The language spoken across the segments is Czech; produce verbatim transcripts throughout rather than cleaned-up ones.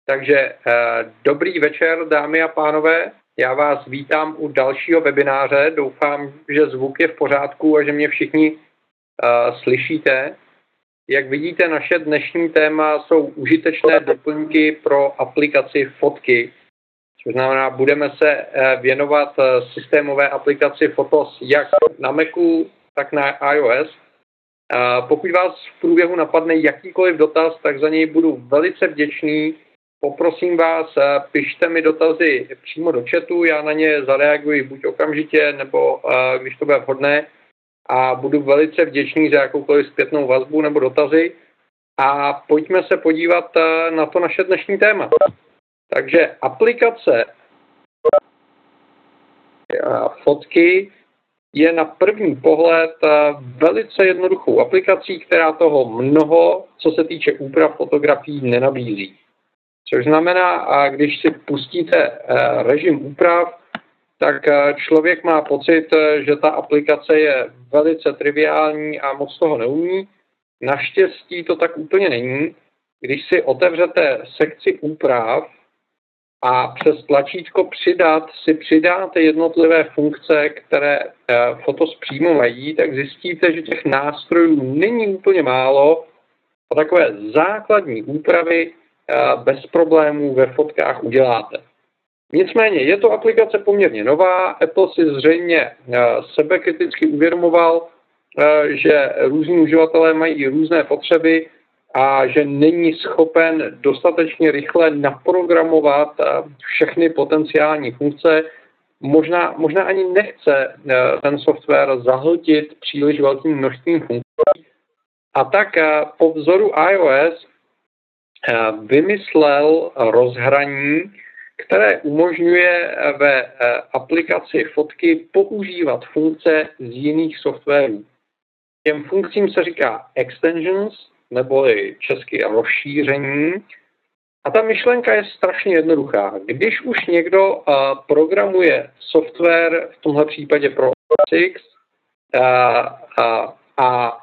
Takže eh, dobrý večer, dámy a pánové. Já vás vítám u dalšího webináře. Doufám, že zvuk je v pořádku a že mě všichni uh, slyšíte. Jak vidíte, naše dnešní téma jsou užitečné doplňky pro aplikaci fotky. Což znamená, budeme se uh, věnovat uh, systémové aplikaci Photos jak na Macu, tak na iOS. Uh, pokud vás v průběhu napadne jakýkoliv dotaz, tak za něj budu velice vděčný. Poprosím vás, pište mi dotazy přímo do chatu, já na ně zareaguji buď okamžitě, nebo uh, když to bude vhodné, a budu velice vděčný za jakoukoliv zpětnou vazbu nebo dotazy. A pojďme se podívat uh, na to naše dnešní téma. Takže aplikace uh, fotky je na první pohled uh, velice jednoduchou aplikací, která toho mnoho, co se týče úprav fotografií, nenabízí. Což znamená, když si pustíte režim úprav, tak člověk má pocit, že ta aplikace je velice triviální a moc toho neumí. Naštěstí to tak úplně není. Když si otevřete sekci úprav a přes tlačítko přidat si přidáte jednotlivé funkce, které Photos přímo mají, tak zjistíte, že těch nástrojů není úplně málo a takové základní úpravy bez problémů ve fotkách uděláte. Nicméně je to aplikace poměrně nová. Apple si zřejmě sebekriticky uvědomoval, že různí uživatelé mají různé potřeby a že není schopen dostatečně rychle naprogramovat všechny potenciální funkce. Možná, možná ani nechce ten software zahltit příliš velkým množstvím funkcí. A tak po vzoru iOS vymyslel rozhraní, které umožňuje ve aplikaci fotky používat funkce z jiných softwarů. Těm funkcím se říká extensions, neboli česky rozšíření. A ta myšlenka je strašně jednoduchá. Když už někdo programuje software, v tomhle případě pro Six, a, a, a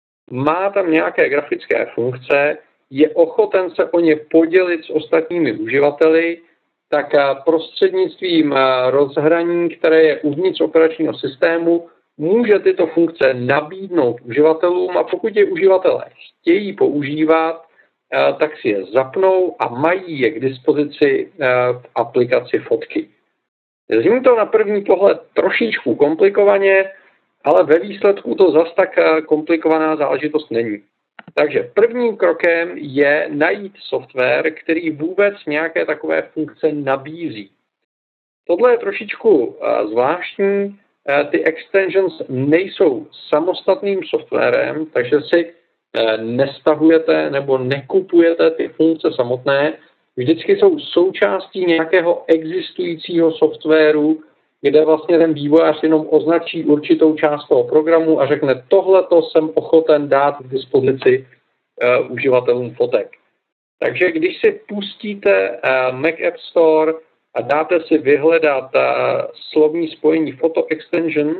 má tam nějaké grafické funkce, je ochoten se o ně podělit s ostatními uživateli, tak prostřednictvím rozhraní, které je uvnitř operačního systému, může tyto funkce nabídnout uživatelům a pokud je uživatelé chtějí používat, tak si je zapnou a mají je k dispozici v aplikaci fotky. Zní to na první pohled trošičku komplikovaně, ale ve výsledku to zas tak komplikovaná záležitost není. Takže prvním krokem je najít software, který vůbec nějaké takové funkce nabízí. Tohle je trošičku uh, zvláštní. Uh, ty extensions nejsou samostatným softwarem, takže si uh, nestahujete nebo nekupujete ty funkce samotné. Vždycky jsou součástí nějakého existujícího softwaru, kde vlastně ten vývojář jenom označí určitou část toho programu a řekne, tohleto jsem ochoten dát k dispozici uh, uživatelům fotek. Takže když si pustíte uh, Mac App Store a dáte si vyhledat uh, slovní spojení Photo Extension,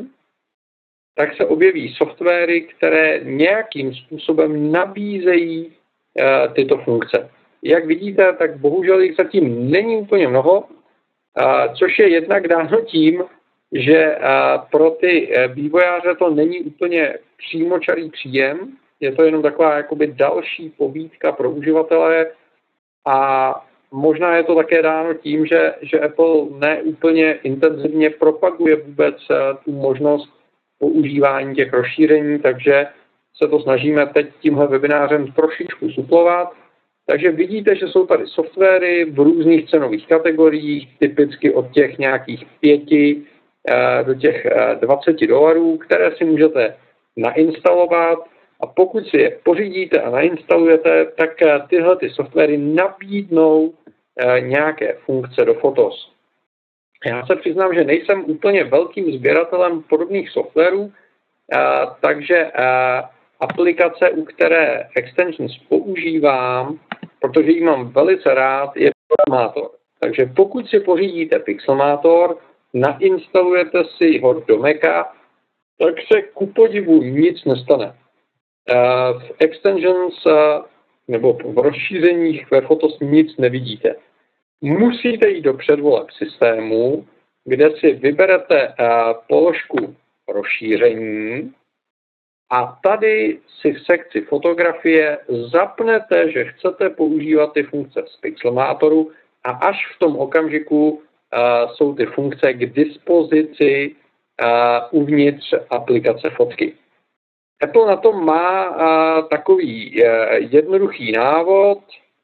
tak se objeví softwary, které nějakým způsobem nabízejí uh, tyto funkce. Jak vidíte, tak bohužel jich zatím není úplně mnoho, Uh, což je jednak dáno tím, že uh, pro ty uh, vývojáře to není úplně přímočarý příjem, je to jenom taková jakoby další pobídka pro uživatele a možná je to také dáno tím, že, že Apple neúplně intenzivně propaguje vůbec uh, tu možnost používání těch rozšíření, takže se to snažíme teď tímhle webinářem trošičku suplovat. Takže vidíte, že jsou tady softwary v různých cenových kategoriích, typicky od těch nějakých pěti do těch dvaceti dolarů, které si můžete nainstalovat a pokud si je pořídíte a nainstalujete, tak tyhle ty softwary nabídnou nějaké funkce do Photos. Já se přiznám, že nejsem úplně velkým sběratelem podobných softwarů, takže aplikace, u které extensions používám, protože ji mám velice rád, je Pixelmator. Takže pokud si pořídíte Pixelmator, nainstalujete si ho do Maca, tak se ku podivu nic nestane. V extensions nebo v rozšířeních ve Fotos nic nevidíte. Musíte jít do předvoleb systému, kde si vyberete položku rozšíření a tady si v sekci fotografie zapnete, že chcete používat ty funkce z Pixelmatoru a až v tom okamžiku uh, jsou ty funkce k dispozici uh, uvnitř aplikace fotky. Apple na to má uh, takový uh, jednoduchý návod,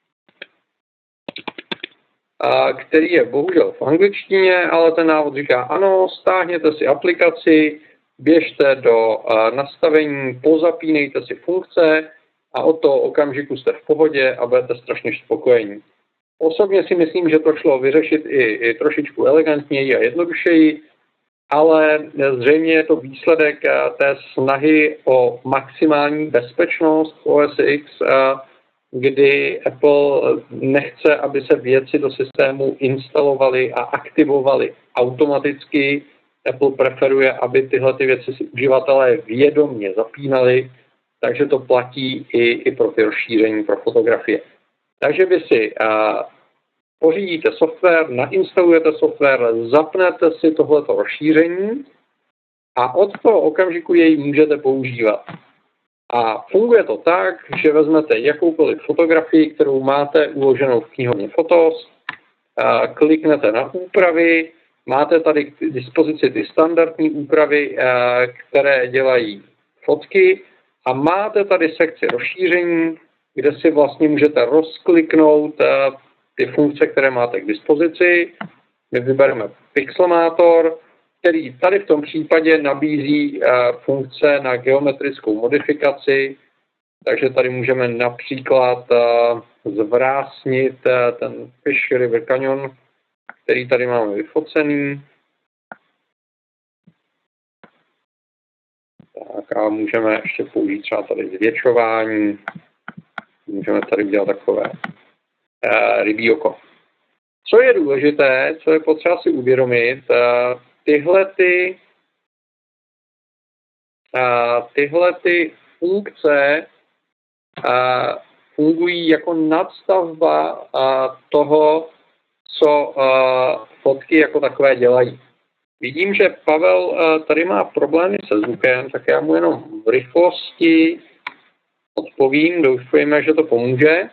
uh, který je bohužel v angličtině, ale ten návod říká, ano, stáhněte si aplikaci, běžte do uh, nastavení, pozapínejte si funkce a od toho okamžiku jste v pohodě a budete strašně spokojení. Osobně si myslím, že to šlo vyřešit i, i trošičku elegantněji a jednodušeji, ale zřejmě je to výsledek uh, té snahy o maximální bezpečnost v O S X, uh, kdy Apple nechce, aby se věci do systému instalovaly a aktivovaly automaticky. Apple preferuje, aby tyhle ty věci si uživatelé vědomě zapínali, takže to platí i, i pro ty rozšíření pro fotografie. Takže vy si uh, pořídíte software, nainstalujete software, zapnete si tohleto rozšíření a od toho okamžiku jej můžete používat. A funguje to tak, že vezmete jakoukoliv fotografii, kterou máte uloženou v knihovně Fotos, uh, kliknete na úpravy, máte tady k dispozici ty standardní úpravy, které dělají fotky a máte tady sekci rozšíření, kde si vlastně můžete rozkliknout ty funkce, které máte k dispozici. My vybereme Pixelmator, který tady v tom případě nabízí funkce na geometrickou modifikaci, takže tady můžeme například zvrásnit ten Fish River Canyon, který tady máme vyfocený. Tak a můžeme ještě použít třeba tady zvětšování. Můžeme tady udělat takové uh, rybí oko. Co je důležité, co je potřeba si uvědomit, uh, tyhle ty, uh, tyhle ty funkce uh, fungují jako nadstavba uh, toho, co uh, fotky jako takové dělají. Vidím, že Pavel uh, tady má problémy se zvukem, tak já mu jenom v rychlosti odpovím, doufujeme, že to pomůže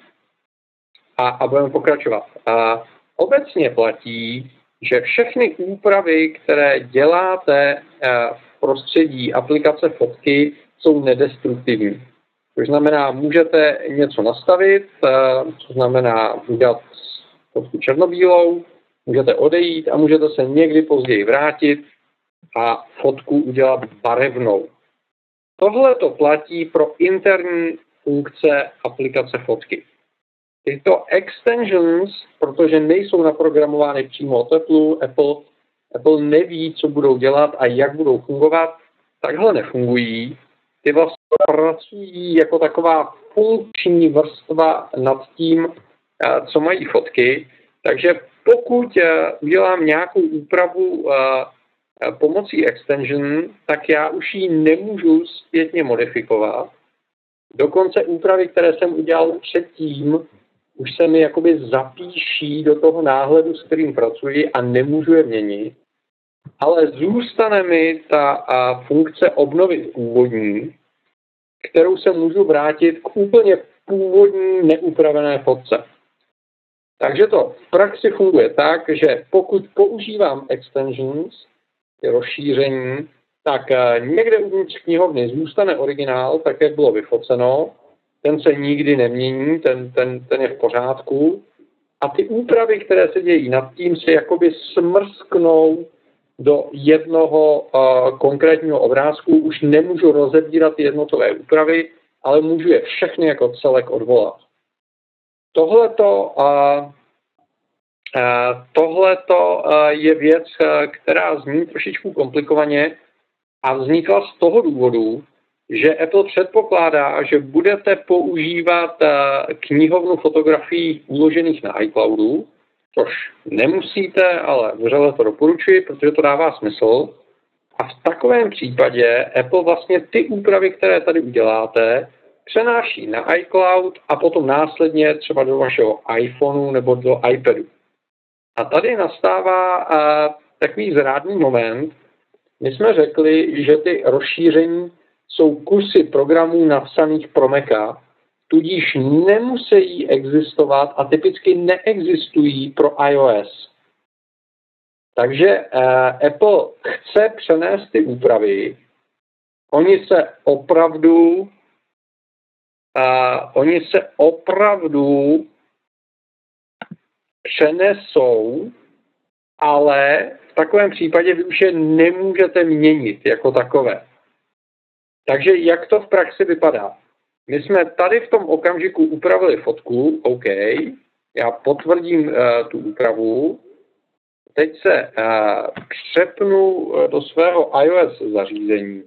a, a budeme pokračovat. A obecně platí, že všechny úpravy, které děláte uh, v prostředí aplikace fotky, jsou nedestruktivní. To znamená, můžete něco nastavit, uh, to znamená udělat fotku černobílou, můžete odejít a můžete se někdy později vrátit a fotku udělat barevnou. Tohle to platí pro interní funkce aplikace fotky. Tyto extensions, protože nejsou naprogramovány přímo od Apple, Apple, Apple neví, co budou dělat a jak budou fungovat, takhle nefungují. Ty vlastně pracují jako taková funkční vrstva nad tím, co mají fotky, takže pokud udělám nějakou úpravu pomocí extension, tak já už ji nemůžu zpětně modifikovat. Dokonce úpravy, které jsem udělal předtím, už se mi jakoby zapíší do toho náhledu, s kterým pracuji a nemůžu je měnit, ale zůstane mi ta funkce obnovit původní, kterou se můžu vrátit k úplně původní neupravené fotce. Takže to v praxi funguje tak, že pokud používám extensions, rozšíření, tak někde uvnitř knihovny zůstane originál, tak jak bylo vyfoceno, ten se nikdy nemění, ten, ten, ten je v pořádku a ty úpravy, které se dějí nad tím, se jakoby smrsknou do jednoho uh, konkrétního obrázku, už nemůžu rozebírat jednotlivé úpravy, ale můžu je všechny jako celek odvolat. Tohleto, uh, uh, tohleto uh, je věc, uh, která zní trošičku komplikovaně a vznikla z toho důvodu, že Apple předpokládá, že budete používat uh, knihovnu fotografií uložených na iCloudu, což nemusíte, ale vřele to doporučuji, protože to dává smysl. A v takovém případě Apple vlastně ty úpravy, které tady uděláte, přenáší na iCloud a potom následně třeba do vašeho iPhoneu nebo do iPadu. A tady nastává uh, takový zrádný moment. My jsme řekli, že ty rozšíření jsou kusy programů napsaných pro Maca, tudíž nemusí existovat a typicky neexistují pro iOS. Takže uh, Apple chce přenést ty úpravy. Oni se opravdu uh, oni se opravdu přenesou, ale v takovém případě vy už je nemůžete měnit jako takové. Takže jak to v praxi vypadá? My jsme tady v tom okamžiku upravili fotku, OK, já potvrdím uh, tu úpravu, teď se uh, přepnu do svého iOS zařízení.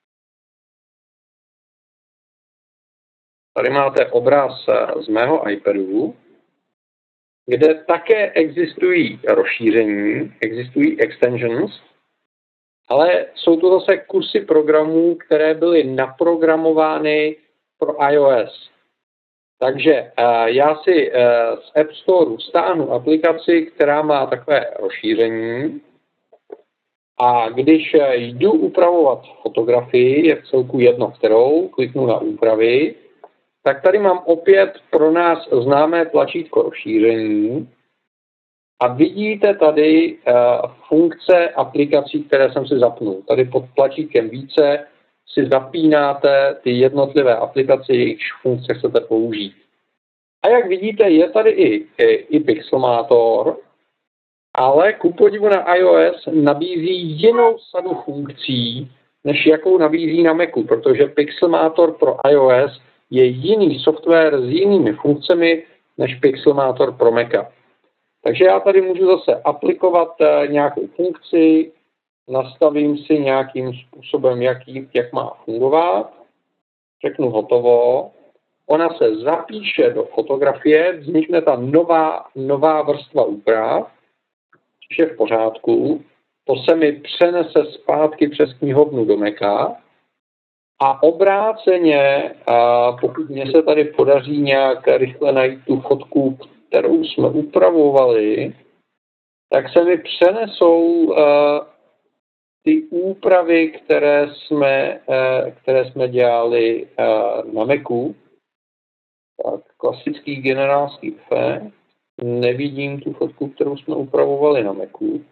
Tady máte obraz z mého iPadu, kde také existují rozšíření, existují extensions, ale jsou to zase kusy programů, které byly naprogramovány pro iOS. Takže uh, já si uh, z App Store stáhnu aplikaci, která má takové rozšíření, a když jdu upravovat fotografii, je v celku jedno kterou, kliknu na úpravy, tak tady mám opět pro nás známé tlačítko rozšíření a vidíte tady uh, funkce aplikací, které jsem si zapnul. Tady pod tlačítkem více si zapínáte ty jednotlivé aplikace, jejichž funkce chcete použít. A jak vidíte, je tady i, i, i Pixelmator, ale ku podivu na iOS nabízí jinou sadu funkcí, než jakou nabízí na Macu, protože Pixelmator pro iOS je jiný software s jinými funkcemi než Pixelmator pro Maca. Takže já tady můžu zase aplikovat nějakou funkci, nastavím si nějakým způsobem, jaký, jak má fungovat, řeknu hotovo, ona se zapíše do fotografie, vznikne ta nová, nová vrstva úprav, což je v pořádku, to se mi přenese zpátky přes knihovnu do Maca a obráceně, a pokud mě se tady podaří nějak rychle najít tu fotku, kterou jsme upravovali, tak se mi přenesou uh, ty úpravy, které jsme, uh, které jsme dělali uh, na Macu. Tak, klasický generálský efekt. Nevidím tu fotku, kterou jsme upravovali na Macu.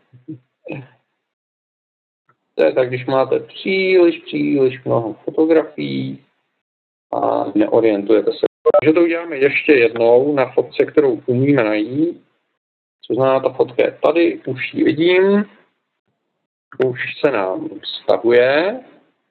To je tak, když máte příliš, příliš mnoho fotografií a neorientujete se. Takže to uděláme ještě jednou na fotce, kterou umíme najít. Co znamená, ta fotka je tady, už ji vidím. Už se nám stahuje.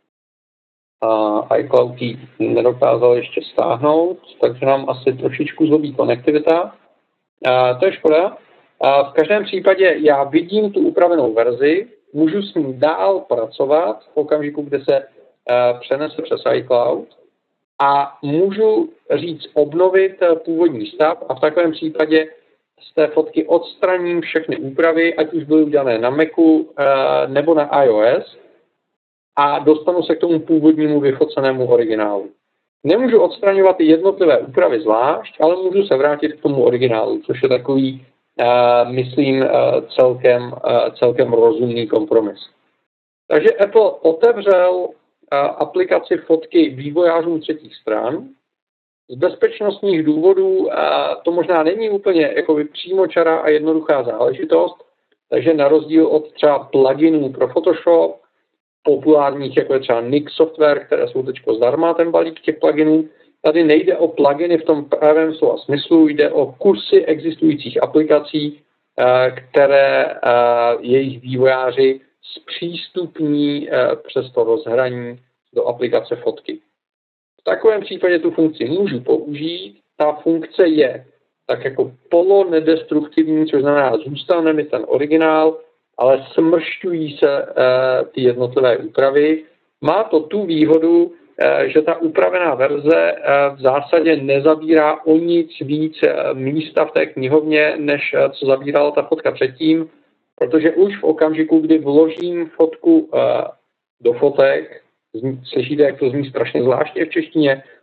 A iCloud ji nedokázal ještě stáhnout, takže nám asi trošičku zlobí konektivita. A to je škoda. A v každém případě já vidím tu upravenou verzi, můžu s ní dál pracovat v okamžiku, kde se uh, přenese přes iCloud a můžu říct obnovit původní stav a v takovém případě z té fotky odstraním všechny úpravy, ať už byly udělané na Macu uh, nebo na iOS a dostanu se k tomu původnímu vyfocenému originálu. Nemůžu odstraňovat jednotlivé úpravy zvlášť, ale můžu se vrátit k tomu originálu, což je takový, uh, myslím, uh, celkem, uh, celkem rozumný kompromis. Takže Apple otevřel uh, aplikaci fotky vývojářům třetích stran. Z bezpečnostních důvodů uh, to možná není úplně jakoby přímočará a jednoduchá záležitost, takže na rozdíl od třeba pluginů pro Photoshop, populárních, jako je třeba Nik software, které jsou teď zdarma, ten balík těch pluginů. Tady nejde o pluginy v tom pravém slova smyslu, jde o kusy existujících aplikací, které jejich vývojáři zpřístupní přes to rozhraní do aplikace fotky. V takovém případě tu funkci můžu použít. Ta funkce je tak jako polonedestruktivní, což znamená, zůstane mi ten originál, ale smršťují se uh, ty jednotlivé úpravy. Má to tu výhodu, uh, že ta upravená verze uh, v zásadě nezabírá o nic víc uh, místa v té knihovně, než uh, co zabírala ta fotka předtím, protože už v okamžiku, kdy vložím fotku uh, do fotek, zní, slyšíte, jak to zní strašně zvláštně v češtině,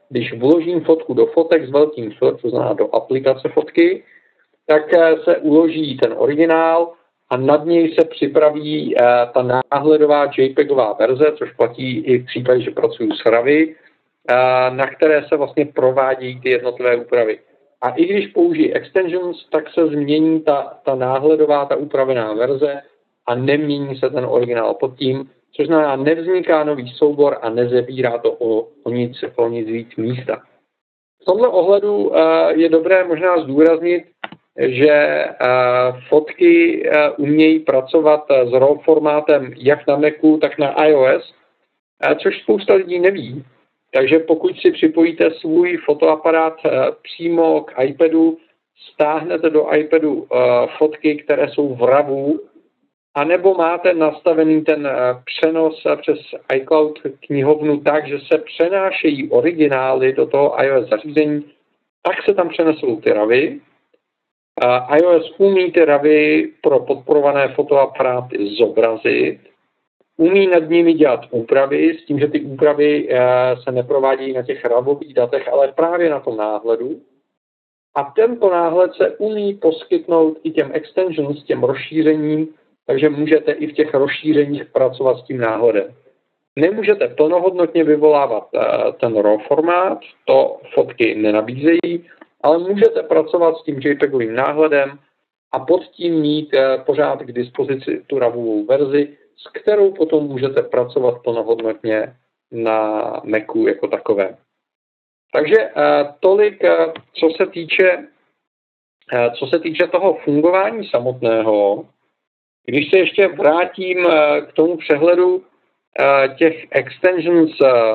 když vložím fotku do fotek s velkým F, to znamená do aplikace fotky, tak se uloží ten originál a nad něj se připraví ta náhledová JPEGová verze, což platí i v případě, že pracuju s RAWy, na které se vlastně provádějí ty jednotlivé úpravy. A i když použiji extensions, tak se změní ta, ta náhledová, ta upravená verze a nemění se ten originál pod tím, což znamená, nevzniká nový soubor a nezabírá to o, o, nic, o nic víc místa. V tomto ohledu uh, je dobré možná zdůraznit, že uh, fotky uh, umějí pracovat s RAW formátem jak na Macu, tak na iOS, uh, což spousta lidí neví. Takže pokud si připojíte svůj fotoaparát uh, přímo k iPadu, stáhnete do iPadu uh, fotky, které jsou v RAWu, a nebo máte nastavený ten přenos přes iCloud knihovnu tak, že se přenášejí originály do toho iOS zařízení, tak se tam přenesou ty RAWy. iOS umí ty RAWy pro podporované fotoaparáty zobrazit, umí nad nimi dělat úpravy, s tím, že ty úpravy se neprovádějí na těch RAWových datech, ale právě na tom náhledu. A tento náhled se umí poskytnout i těm extensions, těm rozšířením, takže můžete i v těch rozšířeních pracovat s tím náhledem. Nemůžete plnohodnotně vyvolávat ten RAW formát, to fotky nenabízejí, ale můžete pracovat s tím JPEGovým náhledem a pod tím mít pořád k dispozici tu RAWovou verzi, s kterou potom můžete pracovat plnohodnotně na Macu jako takové. Takže tolik, co se týče, co se týče toho fungování samotného. Když se ještě vrátím k tomu přehledu těch extensions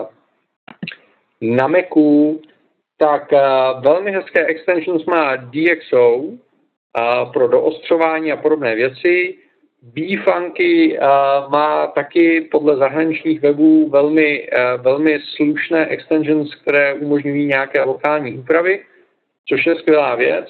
na Macu, tak velmi hezké extensions má D X O pro doostřování a podobné věci. BeFunky má taky podle zahraničních webů velmi, velmi slušné extensions, které umožňují nějaké lokální úpravy, což je skvělá věc.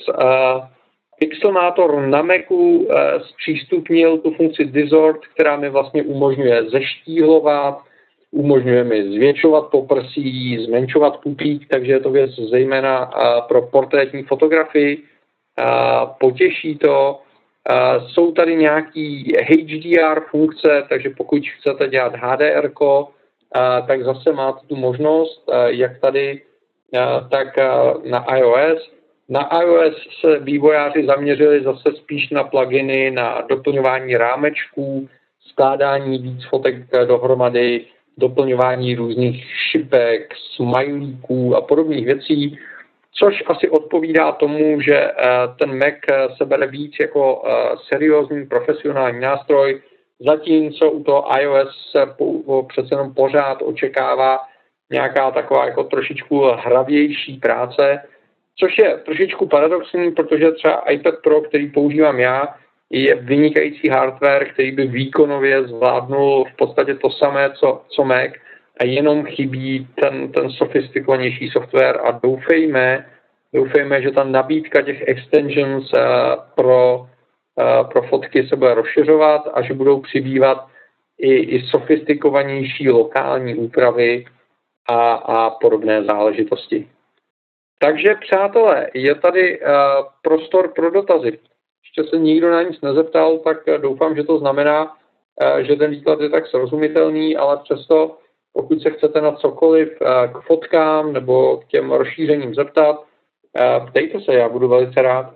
Pixelmator na Macu eh, zpřístupnil tu funkci Distort, která mi vlastně umožňuje zeštíhlovat, umožňuje mi zvětšovat poprsí, zmenšovat pupík, takže je to věc zejména eh, pro portrétní fotografii. Eh, potěší to. Eh, jsou tady nějaký H D R funkce, takže pokud chcete dělat H D R ko, eh, tak zase máte tu možnost, eh, jak tady, eh, tak eh, na iOS. Na iOS se vývojáři zaměřili zase spíš na pluginy, na doplňování rámečků, skládání víc fotek dohromady, doplňování různých šipek, smajlíků a podobných věcí, což asi odpovídá tomu, že ten Mac se bere víc jako seriózní profesionální nástroj, zatímco u toho iOS se přece jenom pořád očekává nějaká taková jako trošičku hravější práce, což je trošičku paradoxní, protože třeba iPad Pro, který používám já, je vynikající hardware, který by výkonově zvládnul v podstatě to samé, co, co Mac, a jenom chybí ten, ten sofistikovanější software a doufejme, doufejme, že ta nabídka těch extensions uh, pro, uh, pro fotky se bude rozšiřovat a že budou přibývat i, i sofistikovanější lokální úpravy a, a podobné záležitosti. Takže, přátelé, je tady uh, prostor pro dotazy. Ještě se nikdo na nic nezeptal, tak doufám, že to znamená, uh, že ten výklad je tak srozumitelný, ale přesto, pokud se chcete na cokoliv uh, k fotkám nebo k těm rozšířením zeptat, uh, ptejte se, já budu velice rád.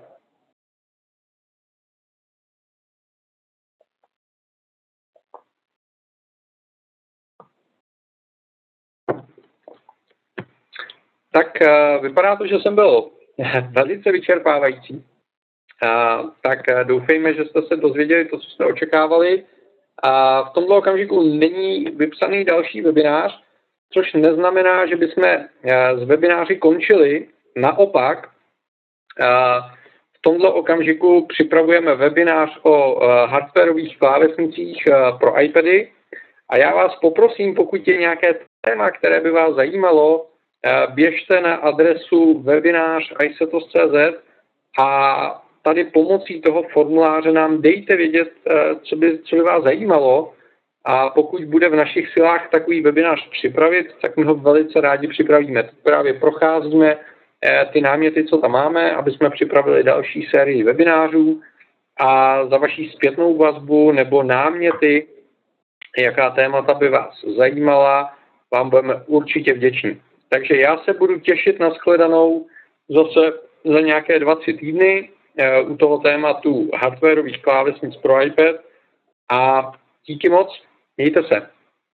Tak vypadá to, že jsem byl velice vyčerpávající. Tak doufejme, že jste se dozvěděli to, co jste očekávali. V tomto okamžiku není vypsaný další webinář, což neznamená, že bychom z webináři končili. Naopak, v tomto okamžiku připravujeme webinář o hardwarových klávesnicích pro iPady. A já vás poprosím, pokud je nějaké téma, které by vás zajímalo, běžte na adresu webinář isetos tečka cz a tady pomocí toho formuláře nám dejte vědět, co by, co by vás zajímalo A pokud bude v našich silách takový webinář připravit, tak my ho velice rádi připravíme. Teď právě procházíme ty náměty, co tam máme, aby jsme připravili další sérii webinářů a za vaší zpětnou vazbu nebo náměty, jaká témata by vás zajímala, vám budeme určitě vděční. Takže já se budu těšit na shledanou zase za nějaké dva, tři týdny u toho tématu hardwareových klávesnic pro iPad a díky moc, mějte se.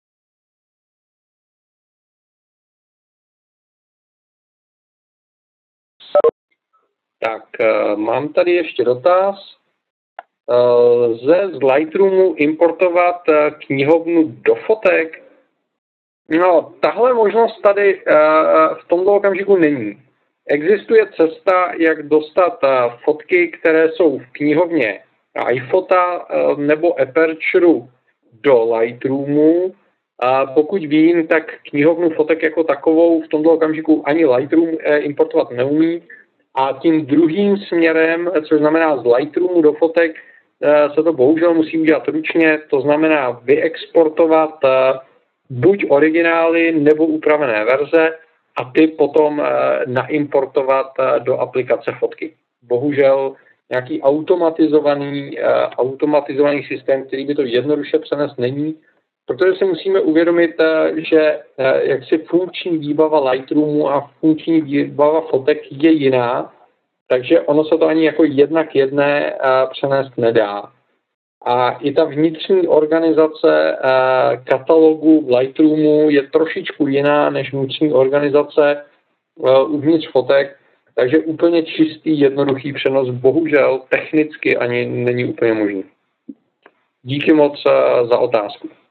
Tak, mám tady ještě dotaz. Lze z Lightroomu importovat knihovnu do fotek? No, tahle možnost tady v tomto okamžiku není. Existuje cesta, jak dostat fotky, které jsou v knihovně iPhota nebo Aperture do Lightroomu. A pokud vím, tak knihovnu fotek jako takovou v tomto okamžiku ani Lightroom importovat neumí. A tím druhým směrem, což znamená z Lightroomu do fotek, se to bohužel musí udělat ručně, to znamená vyexportovat buď originály nebo upravené verze a ty potom naimportovat do aplikace fotky. Bohužel nějaký automatizovaný, automatizovaný systém, který by to jednoduše přenést, není, protože si musíme uvědomit, že jaksi funkční výbava Lightroomu a funkční výbava fotek je jiná, takže ono se to ani jako jedna k jedné přenést nedá. A i ta vnitřní organizace katalogu v Lightroomu je trošičku jiná než vnitřní organizace uvnitř fotek, takže úplně čistý, jednoduchý přenos bohužel technicky ani není úplně možný. Díky moc za otázku.